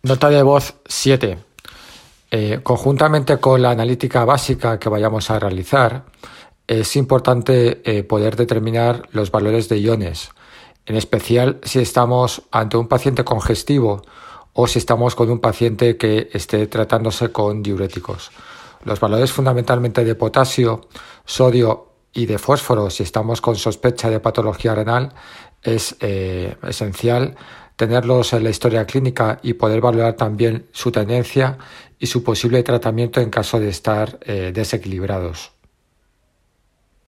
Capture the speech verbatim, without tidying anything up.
Nota de voz siete. Eh, conjuntamente con la analítica básica que vayamos a realizar, es importante eh, poder determinar los valores de iones, en especial si estamos ante un paciente congestivo o si estamos con un paciente que esté tratándose con diuréticos. Los valores fundamentalmente de potasio, sodio y de fósforo, si estamos con sospecha de patología renal, es eh, esencial tenerlos en la historia clínica y poder valorar también su tendencia y su posible tratamiento en caso de estar eh, desequilibrados.